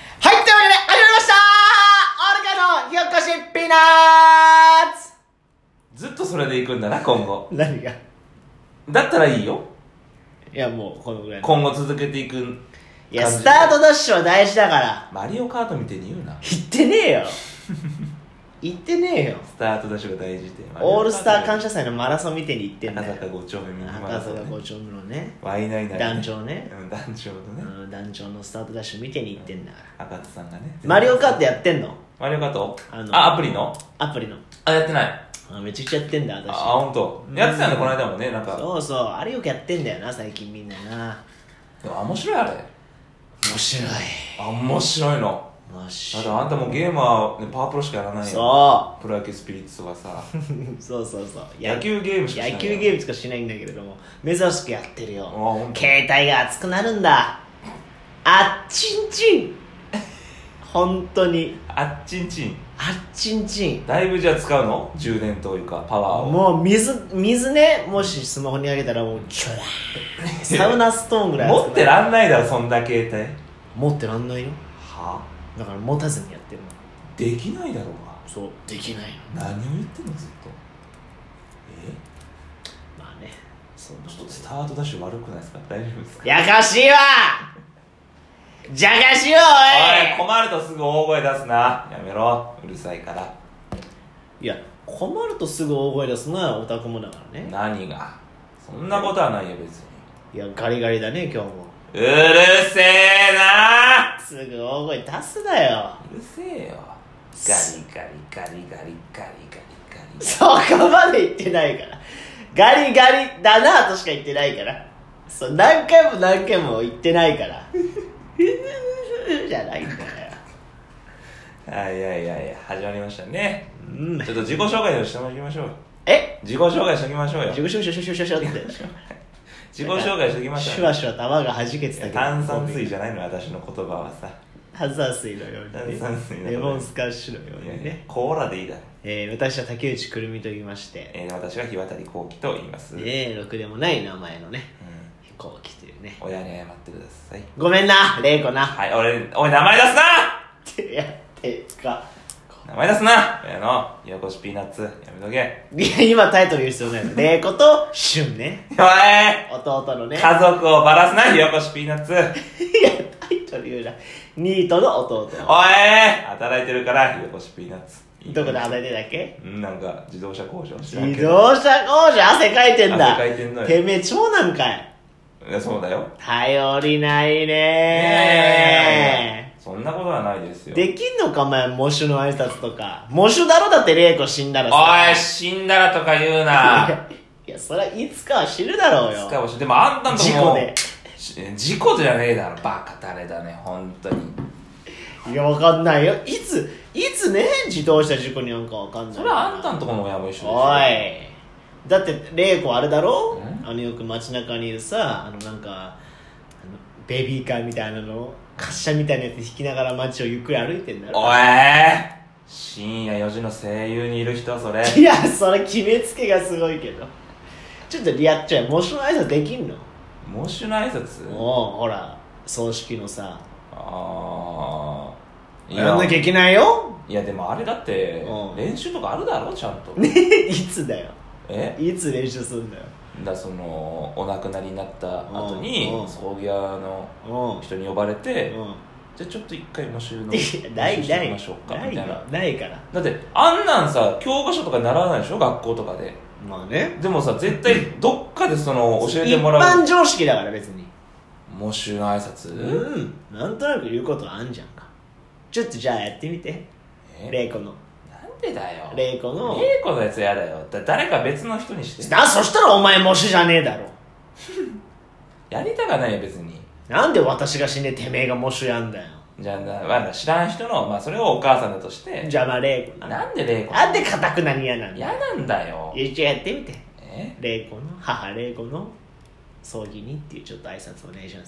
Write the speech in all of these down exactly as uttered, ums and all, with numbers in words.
はい、というわけで始まりましたオルカの火起こしピーナッツ。 ずっとそれでいくんだな今後。 何が？ だったらいいよ。 いやもうこのぐらいの今後続けていく感じ。 いやスタートダッシュは大事だから。 マリオカートみたいに言うな。 言ってねえよ言ってねえよ。 スタートダッシュが大事でオールスター感謝祭のマラソンみたいに言ってんだよ。 赤坂ご丁目ミニマラ赤ソン、ね、 坂ご丁目のねワイナイナイ、ね、 団長ね、 うん、団長のね、 うん、団長のスタートダッシュみたいに言ってんだから、 赤津さんがね。 マリオカートやってんの？ マリオカートあのあアプリのアプリのあやってない。 あめちゃくちゃやってんだ私。 あ本当。やってたんだこの間もねなんか。 そうそうあれよくやってんだよな最近みんなな。 でも面白いあれ。 面白い。 あ面白いの。 面だ白い。 ってあんたもうゲームは、ね、パワープロしかやらないよ。 そうプロ野球スピリッツとかさそうそうそう野球ゲームしかしない野球ゲームしかしないんだけれども珍しくやってるよ。 ほんと携帯が熱くなるんだ。あっちんちん本当にあっちんちん。 あっちんちん。 だいぶじゃあ使うの充電というかパワーを。 もう水水ねもしスマホにあげたらもうチュワーサウナストーンぐらい熱くなる。 持ってらんないだろそんな携帯。 持ってらんないよ。 はだから持たずにやってるの。 できないだろうが。 そうできないよ。 何を言ってんのずっと。えまあねそんなちょっとことスタートダッシュ悪くないですか。大丈夫ですか。 やかしいわじゃかしいわおいおい。 困るとすぐ大声出すな。やめろうるさいから。 いや困るとすぐ大声出すのはオタクもだからね。 何がそんなことはないよ別に。 いやガリガリだね今日も。 うるせえな。 すぐ大声出すなよ。 うるせえよ。ガリガリガリガリガリガリガリ。 そこまで言ってないから。ガリガリだなとしか言ってないから。そう何回も何回も言ってないからじゃないんだよ。 はいやいやいや始まりましたね。 うんちょっと自己紹介をしておきましょう。 え自己紹介しておきましょうよ。 自己紹介しょしょしょしょしょって自己紹介しておきましょうよ。 シュワシュワ玉が弾けてたけど炭酸水じゃないの私の言葉はさ。 炭酸水のように、ね、 炭酸水のようにレモンスカッシュのようにね。 コーラでいいだろ。 えー、私は竹内くるみと言いまして、 えー、私は日渡幸喜と言います。 えー、ろくでもない名前のねうん、 幸喜というね。 親に謝ってください。 ごめんな玲子な。 はい、俺、おい名前出すな。 ってやってか名前出すな。親の火起こしピーナッツやめとけ。 いや今タイトル言う必要ないの。玲子と俊ねおい弟のね家族をバラすな火起こしピーナッツ。 いやタイトル言うな。ニートの弟。 おい働いてるから火起こしピーナッツ。 どこで働いてるだっけ？ うんなんか自動車工場知らん自けど。 動車工場汗かいてんだ。 汗かいてんのよ。 てめえ長男かい。 いやそうだよ。 頼りないねー。 いやいやいやいやそんなことはないですよ。 できんのかお前喪主の挨拶とか。喪主だろだって玲子死んだらさ。 おい死んだらとか言うな。 いやそれはいつかは死ぬだろうよ。 いつかもしでもあんたんとこも事故で事故じゃねえだろバカ誰だね本当に。 いやわかんないよ。いついつね自動車事故になんかわかんない。 それはあんたんとこの親も一緒でしょ。 おいだって玲子あれだろんあのよく街中にいるさあのなんかあのベビーカーみたいなの滑車みたいなやつ引きながら街をゆっくり歩いてんだろ。 おい深夜よじの声優にいる人それ。 いやそれ決めつけがすごいけどちょっとリアっちゃい喪主の挨拶できんの？ 喪主の挨拶。 もうほら葬式のさああやんなきゃいけないよ。 いやでもあれだってうん練習とかあるだろちゃんと。 ねいつだよ。 えいつ練習するんだよ。 だそのお亡くなりになった後にうんうん葬儀屋のうん人に呼ばれて、 うんじゃあちょっと一回喪主のいやない練習してないみましょうかないみたいな。 よないから。 だってあんなんさ教科書とかに習わないでしょ学校とかで。 まあねでもさ絶対どっかでその教え一てもらう般常識だから別に。 喪主の挨拶。 うんなんとなく言うことあんじゃんか。ちょっとじゃあやってみてえ玲子のなんでだよ。 玲子の玲子のやつやだよ。だ誰か別の人にして。 なそしたらお前喪主じゃねえだろ。 やりたかないよ別に。 なんで私が死んでてめえが喪主やんだよ。 じゃあな、まだ知らん人の、まあそれをお母さんだとして。 じゃあまあ玲子な。 なんで玲子なんで固くなに嫌なんだ。 嫌なんだよ。 一応やってみて。 え玲子の母玲子の葬儀にっていうちょっと挨拶お願いします。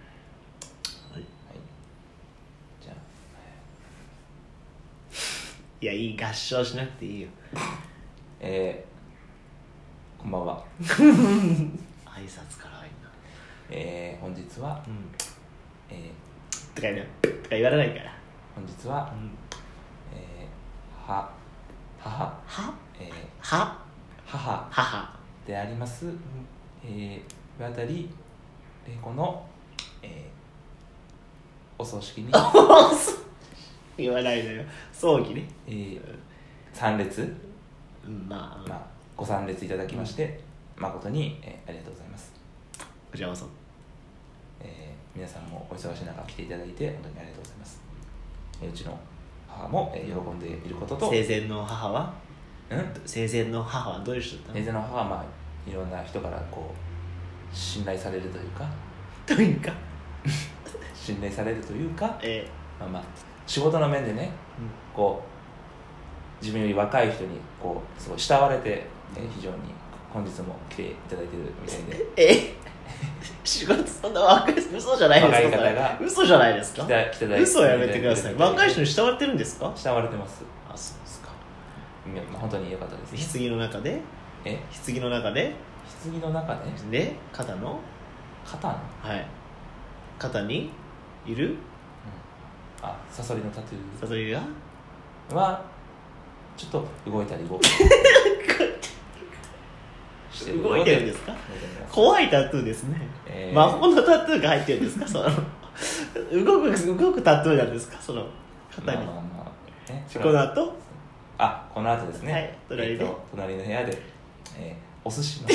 じゃあいやいい合唱しなくていいよ。 えー、こんばんは。 挨拶から入んな。 えー、本日は、 うんえとか言うね。とかか言われないから。 本日は、 うん、 えー、は母はえー、 は母母であります、えー、渡り玲子の、えー、お葬式に言わないのよ。葬儀ね。 えー、参列、 うん、まあ、 まあ、ご参列いただきまして、うん、誠に、えー、ありがとうございます。 こちらこそ、 えー、皆さんもお忙しい中来ていただいて本当にありがとうございます。えー、うちの母も、えー、喜んでいることと、 生前の母はうん生前の母はどういう人だったの？ 生前の母は、まあ、いろんな人からこう信頼されるというかというか信頼されるというか、 えまあまあ、仕事の面でね、 うん、 こう自分より若い人にこうすごい慕われて、えー、非常に本日も来ていただいてるみたいでえ仕事そんな若い嘘じゃないですか？ 若い方が嘘じゃないですか？ 来た来ていただいて嘘やめてください。若い人に慕われてるんですか？ 慕われてます。 あ、そうですか。 いや、まあ、本当に良かったです、 棺の中でえ棺の中で棺の中でで肩の肩の、 はい肩にいる、 うん、あ、サソリのタトゥサソリがーはちょっと動いたり動いたりしてる動いてるんですか？ 動いてます。 怖いタトゥーですね、 えー、 魔法のタトゥーが入ってるんですか？その動く動くタトゥーなんですか？その肩に、 まあまあまあね、 この後あ、この後ですね、 はい隣で、 えーと、隣の部屋で、えー、お寿司の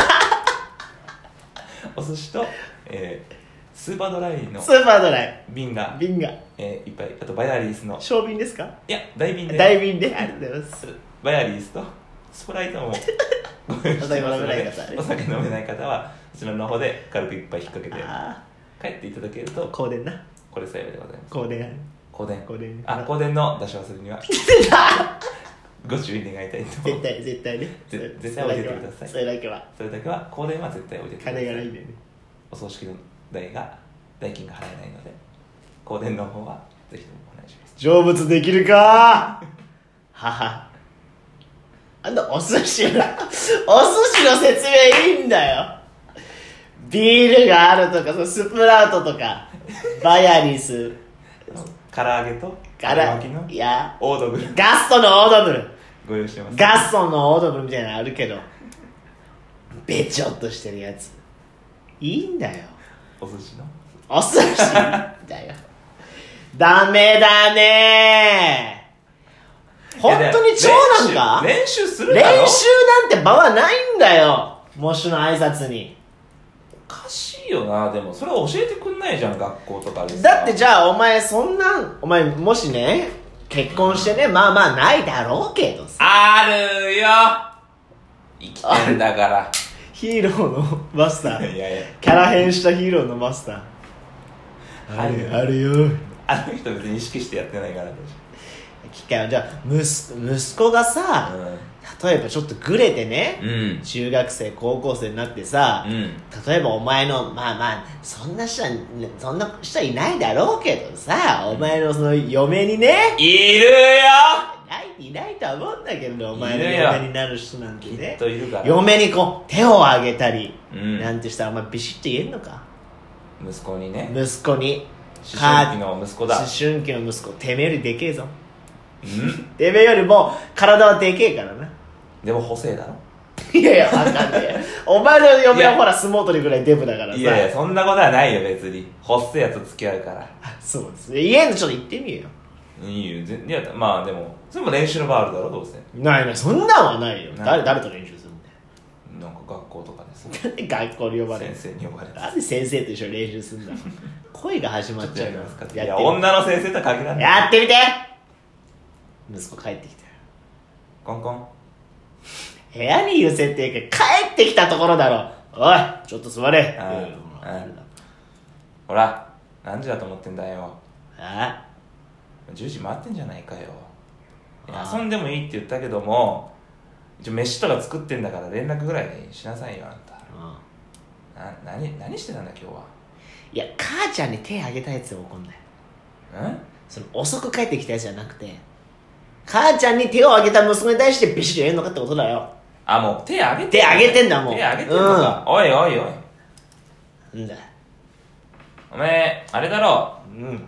お寿司と、えー、スーパードライのスーパードライ瓶が、 瓶がえー、いっぱい、あとバヤリースの、 小瓶ですか？ いや大瓶で大瓶でありがとうございますバヤリースとスプライトもご用意してますので、お酒飲めない方はそちらの方で軽く一杯引っ掛けてあ帰っていただけるとあ香典なこれ幸いでございます。 香典ある香典香典あ、香典の出し忘れにはご注意願いたいと思う。 絶対絶対ねぜ絶対置いてってください。 それだけはそれだけは香典は絶対置いてってください。 金がないんだよね。 お葬式の代が代金が払えないので香典の方はぜひともお願いします。 成仏できるか母あんたお寿司のお寿司の説明いいんだよ。ビールがあるとか、そのスプラウトとかバヤリス唐揚げとから巻きのいやオードブルガストのオードブルご用意してます。 ガストのオードブルみたいなのあるけどべちょっとしてるやついいんだよ。 お寿司のお寿司だよ。ダメだねー。本当に超なんか練習練習するだろ。 練習なんて場はないんだよ。模試の挨拶に。 おかしいよな。でもそれは教えてくんないじゃん、学校とかでさ。 だってじゃあお前そんなお前もしね結婚してね、まあまあないだろうけどさ、 あるよ、生きてんだからヒーローのマスターいやいやキャラ変したヒーローのマスターあるあるよ。 あの人別に意識してやってないから。 機会はじゃあ 息, 息子がさ、 う例えばちょっとグレてね、 んうん中学生高校生になってさ、 うん例えばお前のまあまあそんな人はそんな人はいないだろうけどさ、お前のその嫁にねいるよ、 ないいないとは思うんだけど、お前のいるよ嫁になる人なんてきっね、 といるから。 嫁にこう手を挙げたり、 うんなんてしたらお前ビシッと言えんのか、 息子にね、 息子に思春期の息子だ。 思春期の息子てめえよりでけえぞ、 うんてめえよりも体はでけえからな。 でも補正だろ。 いやいやわかんねえお前の嫁いやはほら相撲取りぐらいデブだからさ。 いやいや、そんなことはないよ別に。ほっせえやつと付き合うから。 そうですね。言えんのちょっと言ってみよ。 いいよ。ぜいや、まあでもそれも練習の場あるだろ、どうせ。 ないない、そんなんはないよ。 ない誰誰と練習するんだよ。 なんか学校とかですなんで学校に呼ばれる先生に呼ばれて。 なんで先生と一緒に練習するんだ恋が始まっちゃうよ。 いや、女の先生とは限らない。 やってみて。息子帰ってきたよ。 コンコン。 部屋にいる設定が帰ってきたところだろ。おいちょっと座れ。 ああうんああほら、何時だと思ってんだよ。 あじゅうじ回ってんじゃないかよ。 ああ遊んでもいいって言ったけども、一応飯とか作ってんだから連絡ぐらいしなさいよ、あんた。 あな、何、何してたんだ今日は。 いや母ちゃんに手あげたやつで怒んだよ。 んその遅く帰ってきたやつじゃなくて、母ちゃんに手をあげた息子に対してビシッと言えんのかってことだよ。 あ、もう手あげて手あげてんだもん。 手あげてんのか、おいおいおい。 うん。んだ。 おめえ、あれだろうん。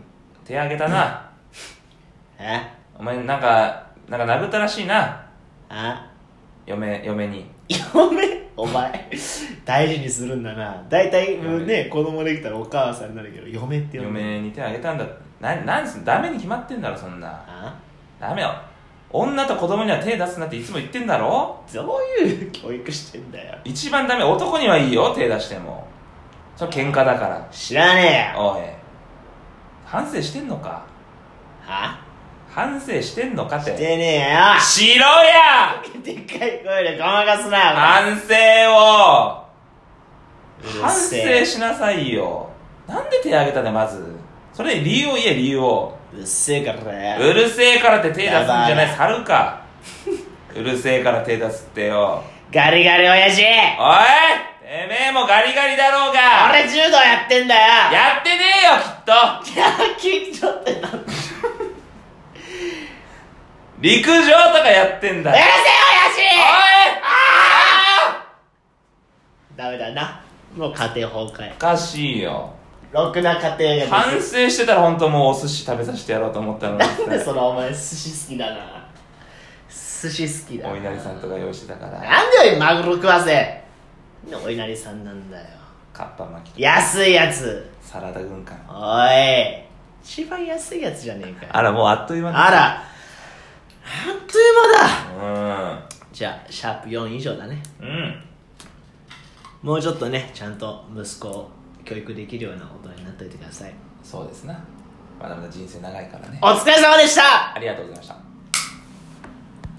手あげたな。 えお前なんかなんか殴ったらしいな。 あ嫁嫁に。 嫁お前大事にするんだな。大体もうね、子供できたらお母さんになるけど嫁って呼んで嫁に手あげたんだ。ななんすダメに決まってんだろそんな。 あダメよ。女と子供には手出すなっていつも言ってんだろ。 どういう教育してんだよ。 一番ダメ。男にはいいよ手出しても。それ喧嘩だから。 知らねえよ。 おい反省してんのか。 は反省してんのかって。 してねえよ。 しろや。 でっかい声でごまかすなよ。 反省をうるせえ反省しなさいよ。なんで手挙げたねまず。それ理由を言え理由を。 うるせえからよ。 うるせえからって手出すんじゃない。 やばい猿か。うるせえから手出すってよ。 ガリガリ親父。 おいてめえもガリガリだろうが。 俺柔道やってんだよ。 やってねえよきっと。 いや緊張ってなんだ。 陸上とかやってんだ。 うるせえ親父。 おいあダメだな。もう家庭崩壊。 おかしいよ。 ろくな家庭が反省してたら本当もうお寿司食べさせてやろうと思ったのに。 なんでそのお前寿司好きだな。寿司好きだな。 お稲荷さんとか用意してたから。 なんでおいマグロ食わせ。なんでお稲荷さんなんだよ。 カッパ巻きと安いやつ。 サラダ軍艦。 おい一番安いやつじゃねえかよ。 あらもうあっという間です。 あらあっという間だ。 うんじゃあシャープよん以上だね。 うんもうちょっとねちゃんと息子を教育できるような大人になっておいてください。 そうですな。まだまだ人生長いからね。 お疲れ様でした。 ありがとうございました。